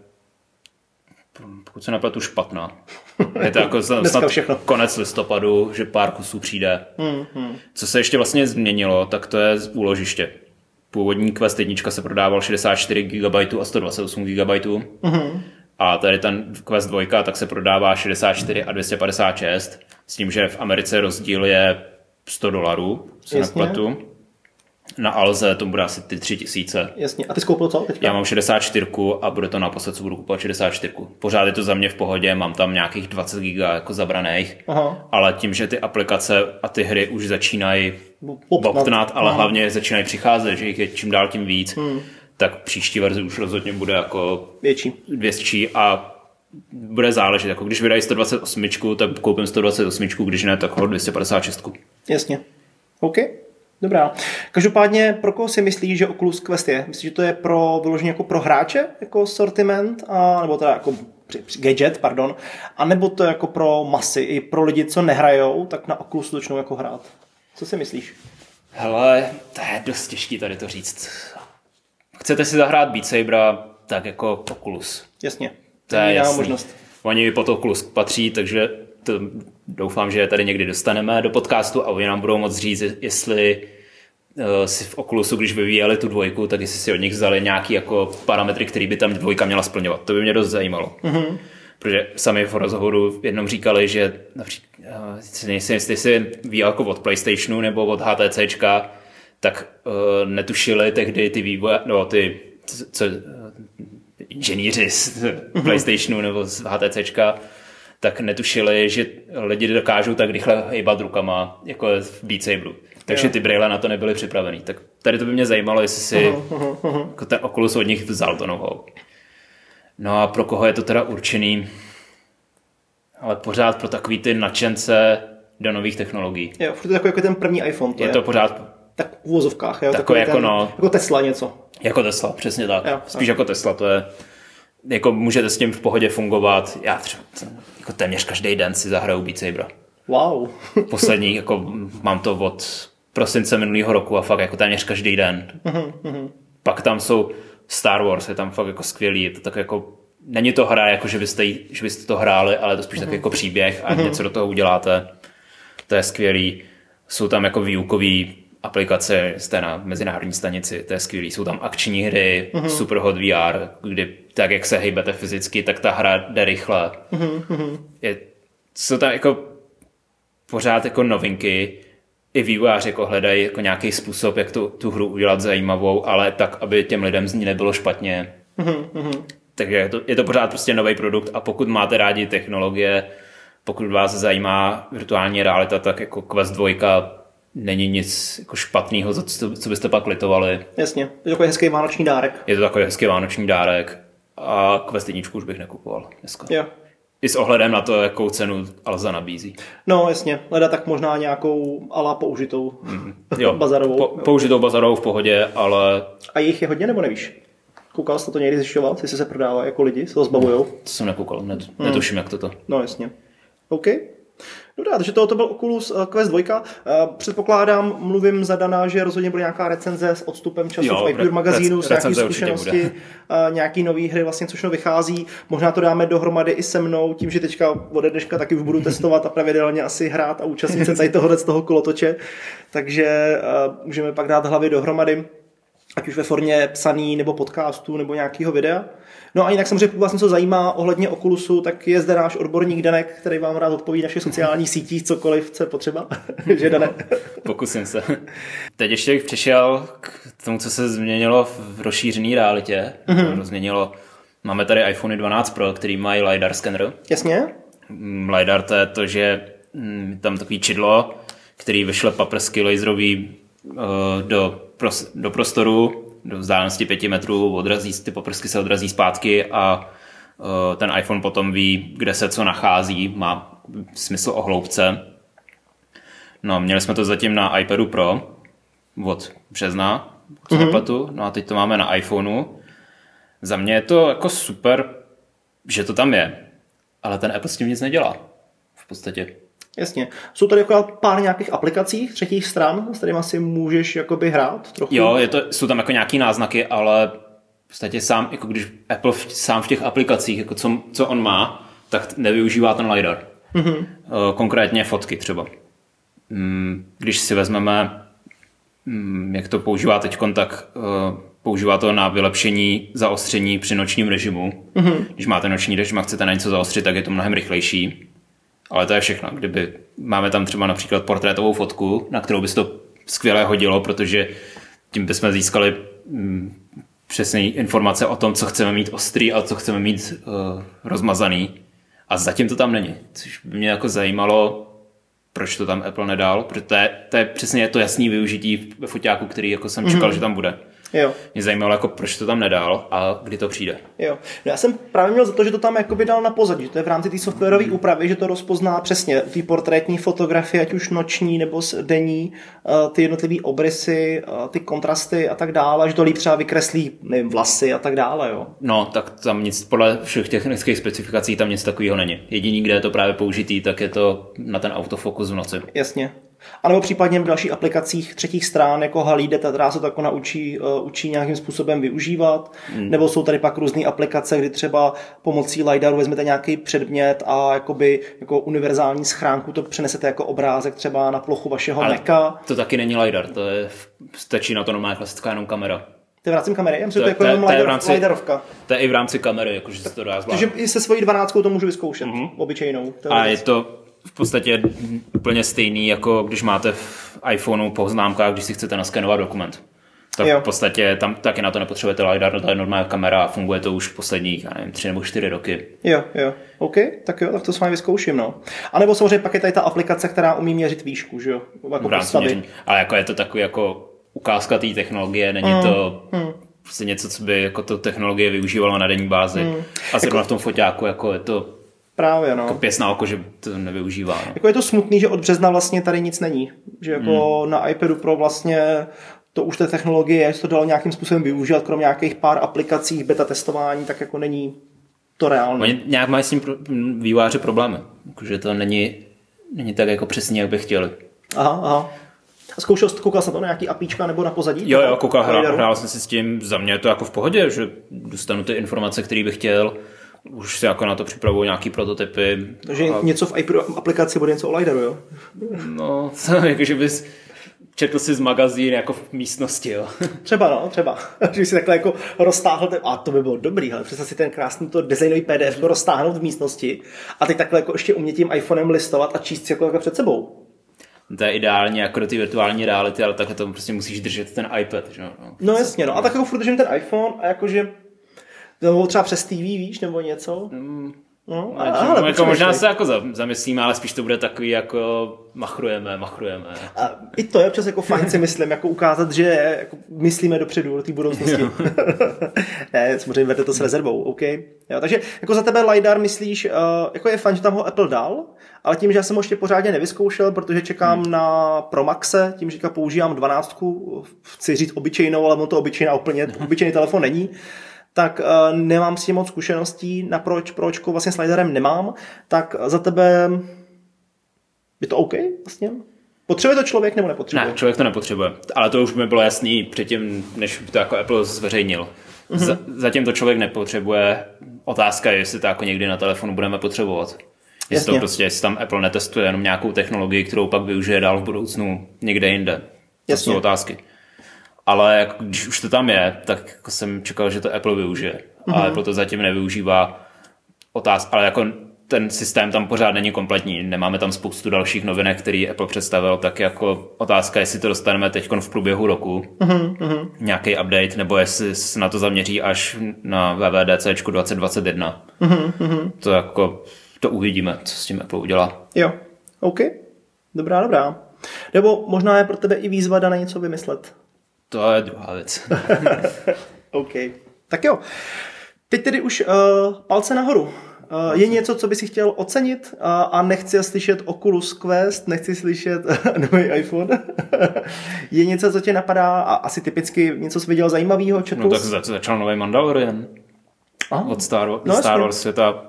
pokud se nepletu, špatná. Je to jako snad konec listopadu, že pár kusů přijde. Mm-hmm. Co se ještě vlastně změnilo, tak to je úložiště. Původní Quest jedna se prodával šedesát čtyři gigabajtů a sto dvacet osm gigabajtů. Mm-hmm. A tady ten Quest dva tak se prodává šedesát čtyři a dvě stě padesát šest. S tím, že v Americe rozdíl je sto dolarů, se nepletu. Na Alze to bude asi ty tři tisíce. Jasně. A ty jsi koupil co teďka? Já mám šedesát čtyři a bude to naposled, co budu kupovat šedesát čtyři. Pořád je to za mě v pohodě, mám tam nějakých dvacet giga jako zabraných. Aha. Ale tím, že ty aplikace a ty hry už začínají bobtnat, ale Aha. hlavně začínají přicházet, že jich je čím dál tím víc, hmm. tak příští verze už rozhodně bude jako větší, větší a bude záležet. Jako když vydají sto dvacet osm, tak koupím sto dvacet osm, když ne, tak ho dvě stě padesát šest. Jasně. OK. Dobrá. Každopádně, pro koho si myslíš, že Oculus Quest je? Myslíš, že to je pro vyloženě jako pro hráče, jako sortiment, a, nebo teda jako gadget, pardon, a nebo to jako pro masy, i pro lidi, co nehrajou, tak na Oculusu začnou jako hrát? Co si myslíš? Hele, to je dost těžký tady to říct. Chcete si zahrát Beat Sabera, tak jako Oculus. Jasně. To je jasný. Možnost. Oni pod Oculus patří, takže to doufám, že je tady někdy dostaneme do podcastu a oni nám budou moct říct, jestli uh, si v Oculusu, když vyvíjeli tu dvojku, tak jestli si od nich vzali nějaký jako parametry, který by tam dvojka měla splňovat. To by mě dost zajímalo. Mm-hmm. Protože sami v rozhovoru jednom říkali, že například, uh, nejsem, jestli si ví jako od PlayStationu nebo od HTCčka, tak uh, netušili tehdy ty vývoje, no ty co, uh, inženýři z PlayStationu nebo z HTCčka, tak netušili, že lidi dokážou tak rychle hejbat rukama, jako v Beat Saberu. Takže ty brejle na to nebyly připravený. Tak tady to by mě zajímalo, jestli si uh-huh, uh-huh. Jako ten Oculus od nich vzal to know-how. No a pro koho je to teda určený? Ale pořád pro takový ty nadšence do nových technologií. Jo, to je jako, jako ten první iPhone. To je, je to pořád... Tak v uvozovkách, jo? Takový jako, ten, no, jako Tesla něco. Jako Tesla, přesně tak. Jo, Spíš jo. Jako Tesla, to je... Jako můžete s tím v pohodě fungovat. Já třeba jako téměř každý den si zahraju Beat Sabera. Wow. Poslední, jako mám to od prosince minulého roku a fakt jako téměř každý den. Uh-huh, uh-huh. Pak tam jsou Star Wars, je tam fakt jako skvělý. Je to tak jako, není to hra, jako že byste, že byste to hráli, ale je to spíš uh-huh. tak jako příběh a uh-huh. něco do toho uděláte. To je skvělý. Jsou tam jako výukový aplikace, jste na mezinárodní stanici, to je skvělý. Jsou tam akční hry, uh-huh. Super Hot V R, kdy tak, jak se hejbete fyzicky, tak ta hra jde rychle. Uh-huh. Je, jsou tam jako pořád jako novinky. I vývojáři jako hledají jako nějaký způsob, jak tu, tu hru udělat zajímavou, ale tak, aby těm lidem z ní nebylo špatně. Uh-huh. Takže je to, je to pořád prostě nový produkt a pokud máte rádi technologie, pokud vás zajímá virtuální realita, tak jako Quest dva není nic jako špatného, co, co byste pak litovali. Jasně, je to takový hezký vánoční dárek. Je to takový hezký vánoční dárek a Quest jedna už bych nekupoval dneska. Jo. I s ohledem na to, jakou cenu Alza nabízí. No jasně, leda tak možná nějakou ala použitou mm, jo, bazarovou. Po, použitou bazarovou v pohodě, ale... A jich je hodně nebo nevíš? Koukal jsi to někdy zjišťoval, jestli se prodává jako lidi, se ho zbavujou? To jsem nekoukal, net, hmm. netuším jak toto. No jasně. OK. Dobrá, takže tohle byl Oculus Quest dva. Předpokládám, mluvím za Dana, že rozhodně bude nějaká recenze s odstupem času jo, v iPure magazínu, s nějaký zkušenosti, nějaký nový hry, vlastně což no vychází. Možná to dáme dohromady i se mnou, tím, že teďka ode dneška taky už budu testovat a pravidelně asi hrát a účastnit se tady tohohle z toho kolotoče. Takže uh, můžeme pak dát hlavy dohromady, ať už ve formě psaný nebo podcastu nebo nějakého videa. No a jinak samozřejmě, pokud vás něco zajímá ohledně Oculusu, tak je zde náš odborník Danek, který vám rád odpoví našich sociálních sítích, cokoliv, co je potřeba. Že Dane? Pokusím se. Teď ještě bych přišel k tomu, co se změnilo v rozšířené realitě. Mm-hmm. Změnilo. Máme tady iPhone dvanáct Pro, který mají LiDAR scanner. Jasně. LiDAR to je to, že tam takový čidlo, který vyšle paprsky laserový do, do prostoru, do vzdálenosti pěti metrů, odrazí, ty poprsky se odrazí zpátky a uh, ten iPhone potom ví, kde se co nachází, má smysl o hloubce. No, měli jsme to zatím na iPadu Pro, od března, co mm-hmm. nepletu, no a teď to máme na iPhoneu. Za mě je to jako super, že to tam je, ale ten Apple s tím nic nedělá v podstatě. Jasně. Jsou tady jako pár nějakých aplikací třetích stran, s kterými asi můžeš jakoby hrát trochu? Jo, je to, jsou tam jako nějaký náznaky, ale v podstatě sám, jako když Apple v, sám v těch aplikacích, jako co, co on má, tak nevyužívá ten LiDAR. Mm-hmm. Konkrétně fotky třeba. Když si vezmeme, jak to používá teď, tak používá to na vylepšení zaostření při nočním režimu. Mm-hmm. Když máte noční režim a chcete na něco zaostřit, tak je to mnohem rychlejší. Ale to je všechno. Kdyby máme tam třeba například portrétovou fotku, na kterou by se to skvěle hodilo, protože tím bychom získali mm, přesné informace o tom, co chceme mít ostrý a co chceme mít uh, rozmazaný. A zatím to tam není. Což by mě jako zajímalo, proč to tam Apple nedal, protože to je, to je přesně to jasný využití ve foťáku, který jako jsem čekal, mm-hmm. že tam bude. Jo. Mě zajímalo, jako, proč to tam nedal a kdy to přijde. Jo. No já jsem právě měl za to, že to tam jakoby dal na pozadí, že to je v rámci té softwarové úpravy, že to rozpozná přesně ty portrétní fotografie, ať už noční nebo denní, ty jednotlivé obrysy, ty kontrasty a tak dále, že to líp třeba vykreslí, nevím, vlasy a tak dále. Jo. No, tak tam nic, podle všech technických specifikací tam nic takového není. Jediný, kde je to právě použitý, tak je to na ten autofokus v noci. Jasně. A nebo případně v dalších aplikacích třetích stran, jako Halide, která se to jako naučí, uh, učí nějakým způsobem využívat. Hmm. Nebo jsou tady pak různé aplikace, kdy třeba pomocí LiDARu vezmete nějaký předmět a jakoby, jako univerzální schránku to přenesete jako obrázek třeba na plochu vašeho Ale Maca. To taky není LiDAR, to je, stačí na to normálně klasická jenom kamera. To je v rámci kamery? Já myslím, to, to je jako jenom LiDAR, LiDArovka. To je i v rámci kamery, jakože se to dá zvládnout. Takže i se svojí dvanáctkou to můžu vyzkoušet, mm-hmm. obyčejnou. A je to v podstatě úplně stejný, jako když máte v iPhoneu po známkách, když si chcete naskenovat dokument. Tak jo. V podstatě tam taky na to nepotřebujete LiDAR, to je normální kamera a funguje to už posledních, já nevím, tři nebo čtyři roky. Jo, jo, OK, tak jo, tak to s vámi vyzkouším, no. A nebo samozřejmě pak je tady ta aplikace, která umí měřit výšku, že jo? Jako měření, ale jako je to takový jako ukázka té technologie, není mm, to mm. prostě něco, co by jako to technologie využívalo na denní bázi. Mm. A zrovna jako v tom foťáku jako je to právě, no. Jako pěs na oko, že to nevyužívá. No. Jako je to smutný, že od března vlastně tady nic není. Že jako mm. na iPadu Pro vlastně to už té technologie je, že to dalo nějakým způsobem využívat, kromě nějakých pár aplikací, beta testování, tak jako není to reálné. Oni nějak mají s tím vývojáři problémy. Že to není, není tak jako přesně, jak by chtěli. Aha, aha. A zkoušel jsi, koukal jsi na to na nějaký apíčka nebo na pozadí? Jo, jo, koukal, hrál, hrál jsem si s tím, za mě je to jako v pohodě, že dostanu ty informace, které bych chtěl. Už si jako na to připravuju nějaký prototypy. Takže a... něco v iPadu aplikaci bude něco o LiDAru, jo? No, jakože bys četl si z magazín jako v místnosti, jo. Třeba, no, třeba. Že si takhle jako roztáhl, ten... a to by bylo dobrý, ale představ si ten krásný to designový P D F roztáhnout v místnosti a teď takhle jako ještě umět tím iPhonem listovat a číst si jako, jako před sebou. To je ideálně jako do té virtuální reality, ale takhle to prostě musíš držet ten iPad, že jo. No, no jasně, no. A tak jako furt držím ten iPhone a jakože nebo třeba přes T V, víš, nebo něco. Mm. No, ale ale jako možná se jako zamyslíme, ale spíš to bude takový jako machrujeme, machrujeme. A i to je občas jako fajn si myslím, jako ukázat, že jako myslíme dopředu, do té budoucnosti. Ne, samozřejmě vede to s rezervou, OK. Jo, takže jako za tebe LiDAR myslíš, uh, jako je fajn, že tam ho Apple dal, ale tím, že já jsem ho ještě pořádně nevyzkoušel, protože čekám hmm. na Pro Maxe, tím, že používám dvanáctku, chci říct obyčejnou, ale ono to obyčejná úplně, obyčejný telefon není, tak uh, nemám s tím moc zkušeností, na proč, pročko vlastně s LiDARem nemám, tak za tebe je to OK vlastně? Potřebuje to člověk nebo nepotřebuje? Ne, člověk to nepotřebuje, ale to už mi bylo jasný předtím, než to jako Apple zveřejnil. Mm-hmm. Z- zatím to člověk nepotřebuje, otázka je, jestli to jako někdy na telefonu budeme potřebovat. Jestli, to prostě, jestli tam Apple netestuje jenom nějakou technologii, kterou pak využije dál v budoucnu někde jinde. To Jasně. jsou otázky. Ale jako, když už to tam je, tak jako jsem čekal, že to Apple využije. Mm-hmm. A Apple to zatím nevyužívá. Otázka, ale jako ten systém tam pořád není kompletní. Nemáme tam spoustu dalších novinek, který Apple představil, tak jako otázka, jestli to dostaneme teď v průběhu roku. Mm-hmm. Nějaký update, nebo jestli se na to zaměří až na W W D C dvacet dvacet jedna. Mm-hmm. To jako, to uvidíme, co s tím Apple udělá. Jo, OK. Dobrá, dobrá. Nebo možná je pro tebe i výzva na něco vymyslet. To je druhá věc. OK. Tak jo. Teď tedy už uh, palce nahoru. Uh, je něco, co by si chtěl ocenit uh, a nechci slyšet Oculus Quest, nechci slyšet nový iPhone. Je něco, co tě napadá a asi typicky něco jsi viděl zajímavého? Četl? No tak za, začal nový Mandalorian. Aha. Od Star, no, Star Wars světa.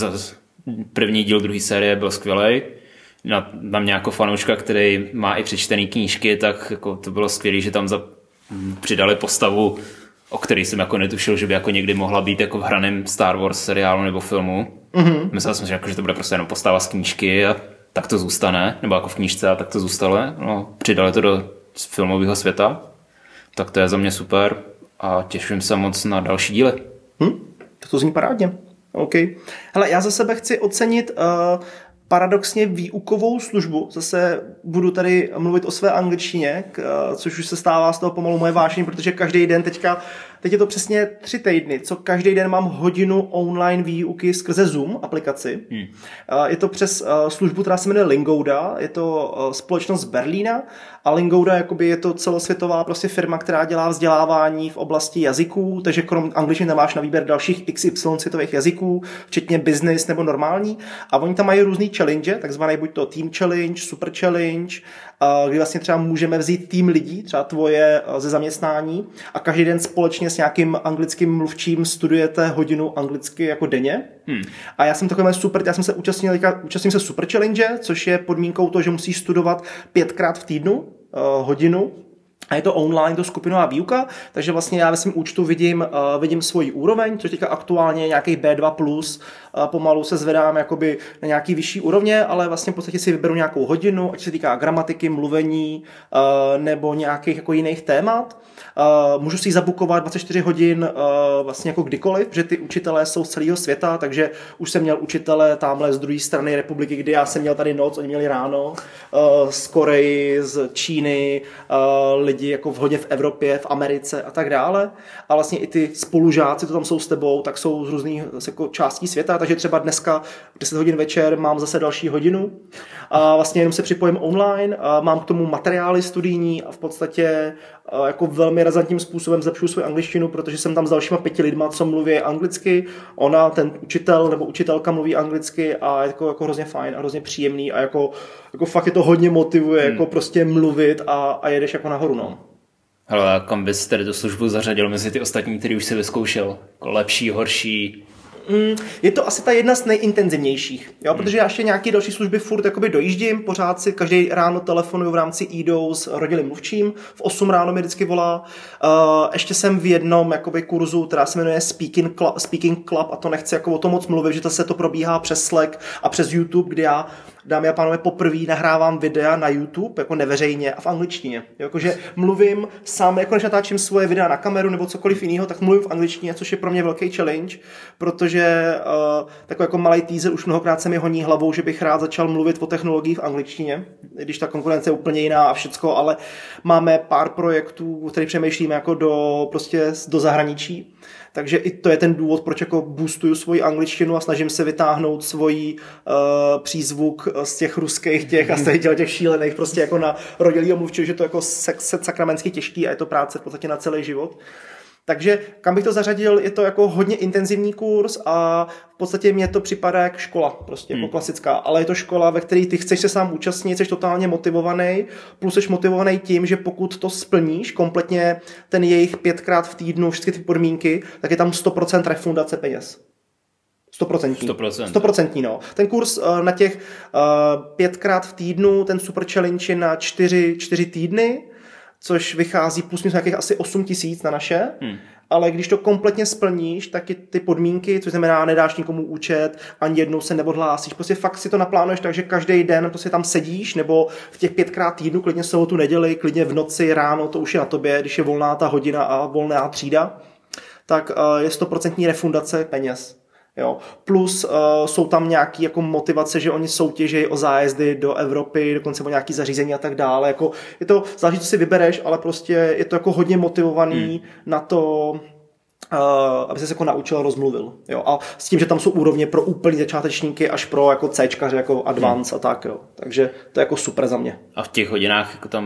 První díl druhé série byl skvělej. Na, na mě jako fanouška, který má i přečtený knížky, tak jako to bylo skvělé, že tam za, přidali postavu, o který jsem jako netušil, že by jako někdy mohla být jako v hraném Star Wars seriálu nebo filmu. Mm-hmm. Myslel jsem, že, jako, že to bude prostě jenom postava z knížky a tak to zůstane, nebo jako v knížce a tak to zůstalo. No, přidali to do filmového světa, tak to je za mě super a těším se moc na další díly. Hm? To zní parádně. OK. Hele, já za sebe chci ocenit uh, paradoxně výukovou službu. Zase budu tady mluvit o své angličtině, k, což už se stává z toho pomalu moje vášení, protože každý den teďka, teď je to přesně tři týdny, co každý den mám hodinu online výuky skrze Zoom aplikaci. Hmm. Je to přes službu, která se jmenuje Lingouda, je to společnost z Berlína a Lingouda jakoby je to celosvětová prostě firma, která dělá vzdělávání v oblasti jazyků, takže krom angličtiny máš na výběr dalších iks ypsilon světových jazyků, včetně business nebo normální. A oni tam mají různý challenge, takzvaný buď to team challenge, super challenge, kdy vlastně třeba můžeme vzít tým lidí, třeba tvoje ze zaměstnání a každý den společně s nějakým anglickým mluvčím studujete hodinu anglicky jako denně. Hmm. A já jsem takový super, já jsem se účastnil, účastním se super challenge, což je podmínkou toho, že musíš studovat pětkrát v týdnu uh, hodinu. A je to online, to skupinová výuka, takže vlastně já ve svém účtu vidím, uh, vidím svoji úroveň, což teďka aktuálně nějaký bé dva plus, uh, pomalu se zvedám jakoby na nějaký vyšší úrovně, ale vlastně v podstatě si vyberu nějakou hodinu, ať se týká gramatiky, mluvení uh, nebo nějakých jako jiných témat. Uh, můžu si ji zabukovat dvacet čtyři hodin uh, vlastně jako kdykoliv, protože ty učitelé jsou z celého světa, takže už jsem měl učitele tamhle z druhé strany republiky, kdy já jsem měl tady noc, oni měli ráno, uh, z Koreji, z Číny, uh, lidi jako v hodně v Evropě, v Americe a tak dále. A vlastně i ty spolužáci, co tam jsou s tebou, tak jsou z různých jako částí světa, takže třeba dneska v deset hodin večer mám zase další hodinu a vlastně jenom se připojím online, a mám k tomu materiály studijní a v podstatě jako velmi razantním způsobem zlepšuju svou angličtinu, protože jsem tam s dalšíma pěti lidma, co mluví anglicky. Ona, ten učitel nebo učitelka mluví anglicky a je to jako hrozně fajn a hrozně příjemný a jako, jako fakt je to hodně motivuje hmm. jako prostě mluvit a, a jedeš jako nahoru, no. Hele, a kam bys tedy tu službu zařadil mezi ty ostatní, který už si vyzkoušel? Jako lepší, horší? Mm, je to asi ta jedna z nejintenzivnějších, jo, protože já ještě nějaké další služby furt jakoby dojíždím, pořád si každý ráno telefonuju v rámci E-Do s rodilým mluvčím, v osm ráno mi vždycky volá. Uh, ještě jsem v jednom jakoby kurzu, která se jmenuje Speaking Club, Speaking Club a to nechci jako o tom moc mluvit, že to se to probíhá přes Slack a přes YouTube, kde já, dámy a pánové, poprvé nahrávám videa na YouTube, jako neveřejně a v angličtině. Jakože mluvím sám, jako než natáčím svoje videa na kameru nebo cokoliv jiného, tak mluvím v angličtině, což je pro mě velký challenge, protože Uh, takový jako malý teaser už mnohokrát se mi honí hlavou, že bych rád začal mluvit o technologiích v angličtině, když ta konkurence je úplně jiná a všecko, ale máme pár projektů, o kterých přemýšlíme jako do, prostě do zahraničí. Takže i to je ten důvod, proč jako boostuju svoji angličtinu a snažím se vytáhnout svůj uh, přízvuk z těch ruských těch a z těch, těch šílených prostě jako na rodilýho mluvčího, že to jako se, se sakramensky těžký a je to práce v podstatě na celý život. Takže kam bych to zařadil, je to jako hodně intenzivní kurz a v podstatě mně to připadá jak škola, prostě jako hmm. klasická, ale je to škola, ve které ty chceš se sám účastnit, jsi totálně motivovaný, plus jsi motivovaný tím, že pokud to splníš kompletně ten jejich pětkrát v týdnu, všechny ty podmínky, tak je tam sto procent refundace peněz. sto procent. sto procent, no. Ten kurz uh, na těch uh, pětkrát v týdnu, ten super challenge je na čtyři, čtyři týdny, což vychází plus minus nějakých asi osm tisíc na naše, hmm. ale když to kompletně splníš, tak i ty podmínky, což znamená, nedáš nikomu účet, ani jednou se neodhlásíš, prostě fakt si to naplánuješ tak, že každý den prostě tam sedíš, nebo v těch pětkrát týdnu, klidně sobotu, neděli, klidně v noci, ráno, to už je na tobě, když je volná ta hodina a volná třída, tak uh, je sto procent refundace peněz. Jo. Plus uh, jsou tam nějaké jako motivace, že oni soutěží o zájezdy do Evropy, dokonce o nějaké zařízení a tak dále. Jako, je to, záleží, co si vybereš, ale prostě je to jako hodně motivovaný hmm. na to, uh, aby se jako naučil rozmluvil. Jo. A s tím, že tam jsou úrovně pro úplný začátečníky až pro jako Cčkaře, jako advance hmm. a tak. Jo. Takže to je jako super za mě. A v těch hodinách jako tam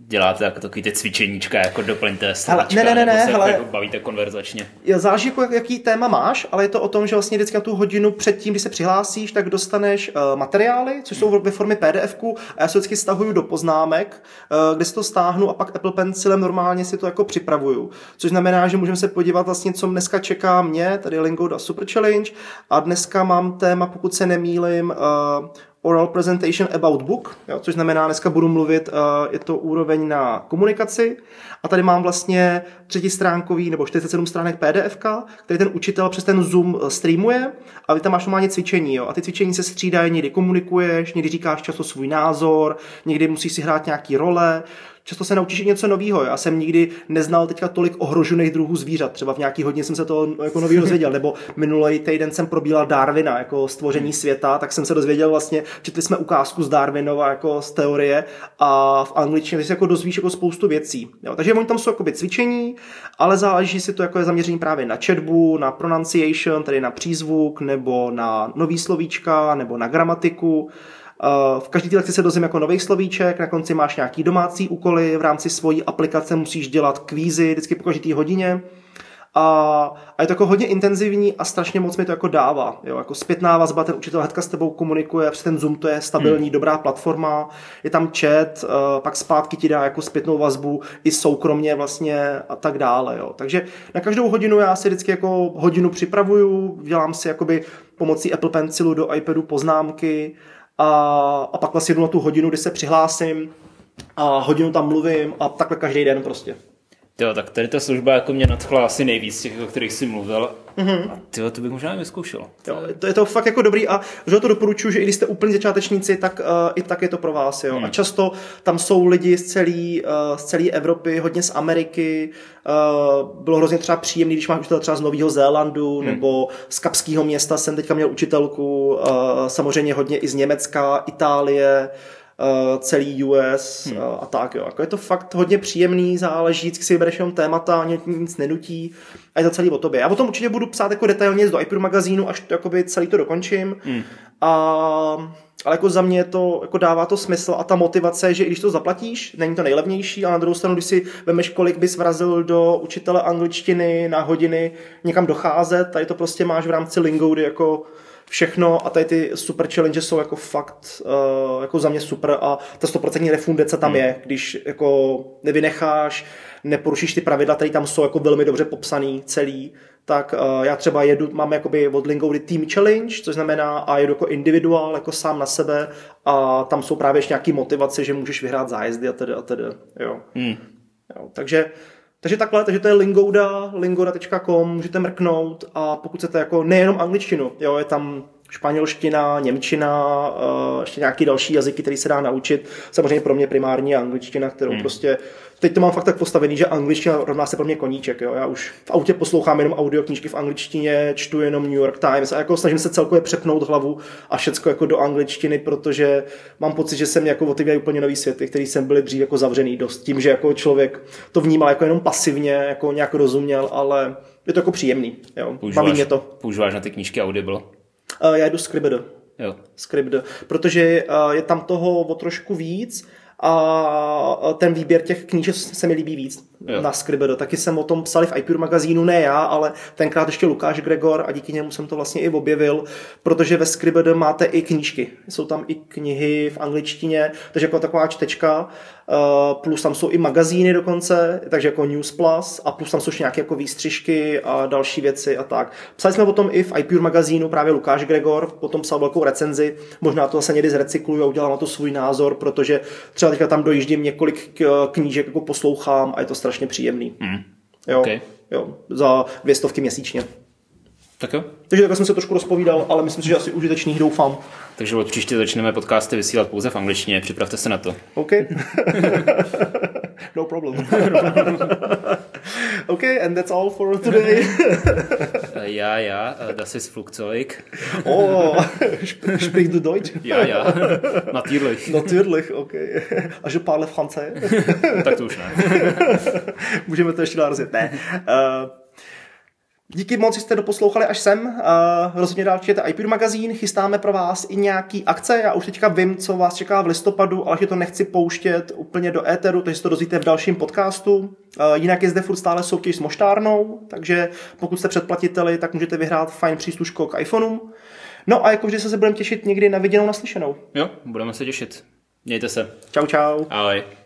děláte jako takový ty cvičeníčka, jako doplňte slovíčka, ne, ne, ne, nebo ne, se hele, jako bavíte konverzačně? Záleží, jako, jaký téma máš, ale je to o tom, že vlastně vždycky na tu hodinu předtím, když se přihlásíš, tak dostaneš uh, materiály, což jsou ve formě P D F ku a já se vždycky stahuju do poznámek, uh, kde si to stáhnu a pak Apple Pencilem normálně si to jako připravuju. Což znamená, že můžeme se podívat vlastně, co dneska čeká mě, tady Lingoda Super Challenge a dneska mám téma, pokud se nemýlim, uh, Oral Presentation About Book, jo, což znamená, dneska budu mluvit, uh, je to úroveň na komunikaci a tady mám vlastně třetistránkový nebo čtyřicet sedm stránek P D F ka, který ten učitel přes ten Zoom streamuje a vy tam máš normálně cvičení. Jo, a ty cvičení se střídají, někdy komunikuješ, někdy říkáš často svůj názor, někdy musíš si hrát nějaký role, často se naučíš i něco nového. Já jsem nikdy neznal teďka tolik ohrožených druhů zvířat. Třeba v nějaký hodně jsem se to jako nový dozvěděl, nebo minulý týden jsem probíral Darwina jako stvoření světa, tak jsem se dozvěděl vlastně, četli jsme ukázku z Darwinova jako z teorie a v angličtině si jako dozvíš jako spoustu věcí. Jo, takže oni tam jsou jakoby cvičení, ale záleží si to jako je zaměření právě na četbu, na pronunciation, tedy na přízvuk, nebo na nový slovíčka, nebo na gramatiku. V každé té lekci se dozvím jako nový slovíček, na konci máš nějaký domácí úkoly, v rámci svojí aplikace musíš dělat kvízy vždycky po každé hodině. A, a je to jako hodně intenzivní a strašně moc mi to jako dává. Jo? Jako zpětná vazba, ten učitel hnedka s tebou komunikuje, přes ten Zoom to je stabilní, hmm. dobrá platforma, je tam chat, pak zpátky ti dá jako zpětnou vazbu i soukromně vlastně a tak dále. Jo? Takže na každou hodinu já si vždycky jako hodinu připravuju, dělám si jakoby pomocí Apple Pencilu do iPadu poznámky, A, a pak vlastně jdu na tu hodinu, kdy se přihlásím a hodinu tam mluvím a takhle každý den prostě. Jo, tak tady ta služba jako mě nadchla asi nejvíc těch, o kterých jsi mluvil. Mm-hmm. A tyjo, to bych možná vyzkoušel. Jo, to je to fakt jako dobrý a že to doporučuji, že i když jste úplně začátečníci, tak uh, i tak je to pro vás. Jo. Mm. A často tam jsou lidi z celé uh, z celé Evropy, hodně z Ameriky. Uh, bylo hrozně třeba příjemný, když máš učitel třeba z Nového Zélandu mm. nebo z Kapského města, jsem teďka měl učitelku, uh, samozřejmě hodně i z Německa, Itálie, Uh, celý U S hmm. uh, a tak jo. Jako je to fakt hodně příjemný, záleží, vždycky si vybereš jenom témata, nic, nic nenutí a je to celý o tobě. Já o tom určitě budu psát jako detailně do iPadu magazínu, až to, jakoby celý to dokončím. Hmm. A, ale jako za mě to jako dává to smysl a ta motivace, že i když to zaplatíš, není to nejlevnější, ale na druhou stranu, když si vemeš, kolik bys vrazil do učitele angličtiny na hodiny někam docházet, tady to prostě máš v rámci Lingody jako všechno a tady ty super challenge jsou jako fakt uh, jako za mě super a ta sto procent refundace tam hmm. je, když jako nevynecháš, neporušíš ty pravidla, tady tam jsou jako velmi dobře popsaný celý, tak uh, já třeba jedu, mám jakoby od Lingody Team Challenge, což znamená a jedu jako individuál, jako sám na sebe a tam jsou právě ještě nějaký motivace, že můžeš vyhrát zájezdy a tedy a tedy, jo. Hmm. jo takže Takže takhle, takže to je Lingoda, lingoda tečka com, můžete mrknout a pokud chcete jako nejenom angličtinu, jo, je tam španělština, němčina, uh, ještě nějaký další jazyky, který se dá naučit. Samozřejmě pro mě primární angličtina, kterou hmm. prostě, teď to mám fakt tak postavený, že angličtina rovná se pro mě koníček, jo. Já už v autě poslouchám jenom audioknížky v angličtině, čtu jenom New York Times a jako snažím se celkově přepnout hlavu a všecko jako do angličtiny, protože mám pocit, že se mě jako otevírají úplně nový světy, který jsem byli dřív jako zavřený dost tím, že jako člověk to vnímal jako jenom pasivně, jako nějak rozuměl, ale je to jako příjemný, jo. Používáš, baví mě to. Používáš na ty knížky Audible? Uh, já jdu Scribd. Jo. Scribd, protože uh, je tam toho o trošku víc a ten výběr těch knížek se mi líbí víc jo. na Scribd. Taky jsem o tom psal v iPure magazínu, ne já, ale tenkrát ještě Lukáš Gregor a díky němu jsem to vlastně i objevil, protože ve Scribd máte i knížky. Jsou tam i knihy v angličtině, takže jako taková čtečka, plus tam jsou i magazíny dokonce, takže jako News Plus a plus tam jsou ještě nějaké jako výstřižky a další věci a tak. Psali jsme o tom i v iPure magazínu, právě Lukáš Gregor, potom psal velkou recenzi, možná to zase někdy zrecykluju a udělám na to svůj názor, protože třeba teďka tam dojíždím několik knížek, jako poslouchám a je to strašně příjemný. Mm. Jo, okay. jo, za dvě stovky měsíčně. Tak jo. Takže takhle jsem se trošku rozpovídal, ale myslím si, že asi užitečných, doufám. Takže od příště začneme podcasty vysílat pouze v angličtině, připravte se na to. OK. No problem. OK, and that's all for today. Ja, ja, das ist Flugzeug. Oh, sprichst du Deutsch? Ja, ja, natürlich. Natürlich, OK. A je parle français? Tak to už ne. Můžeme to ještě dál rozjet. Ne. Uh, Díky moc, že jste doposlouchali až sem. Uh, rozhodně dál čtěte iPure magazín, chystáme pro vás i nějaký akce. Já už teďka vím, co vás čeká v listopadu, ale že to nechci pouštět úplně do éteru, takže si to dozvíte v dalším podcastu. Uh, jinak je zde furt stále soutěž s moštárnou, takže pokud jste předplatiteli, tak můžete vyhrát fajn přísluško k iPhoneu. No a jakože se se budeme těšit někdy na viděnou, naslyšenou. Jo, budeme se těšit. Mějte se. Čau, čau. Ahoj.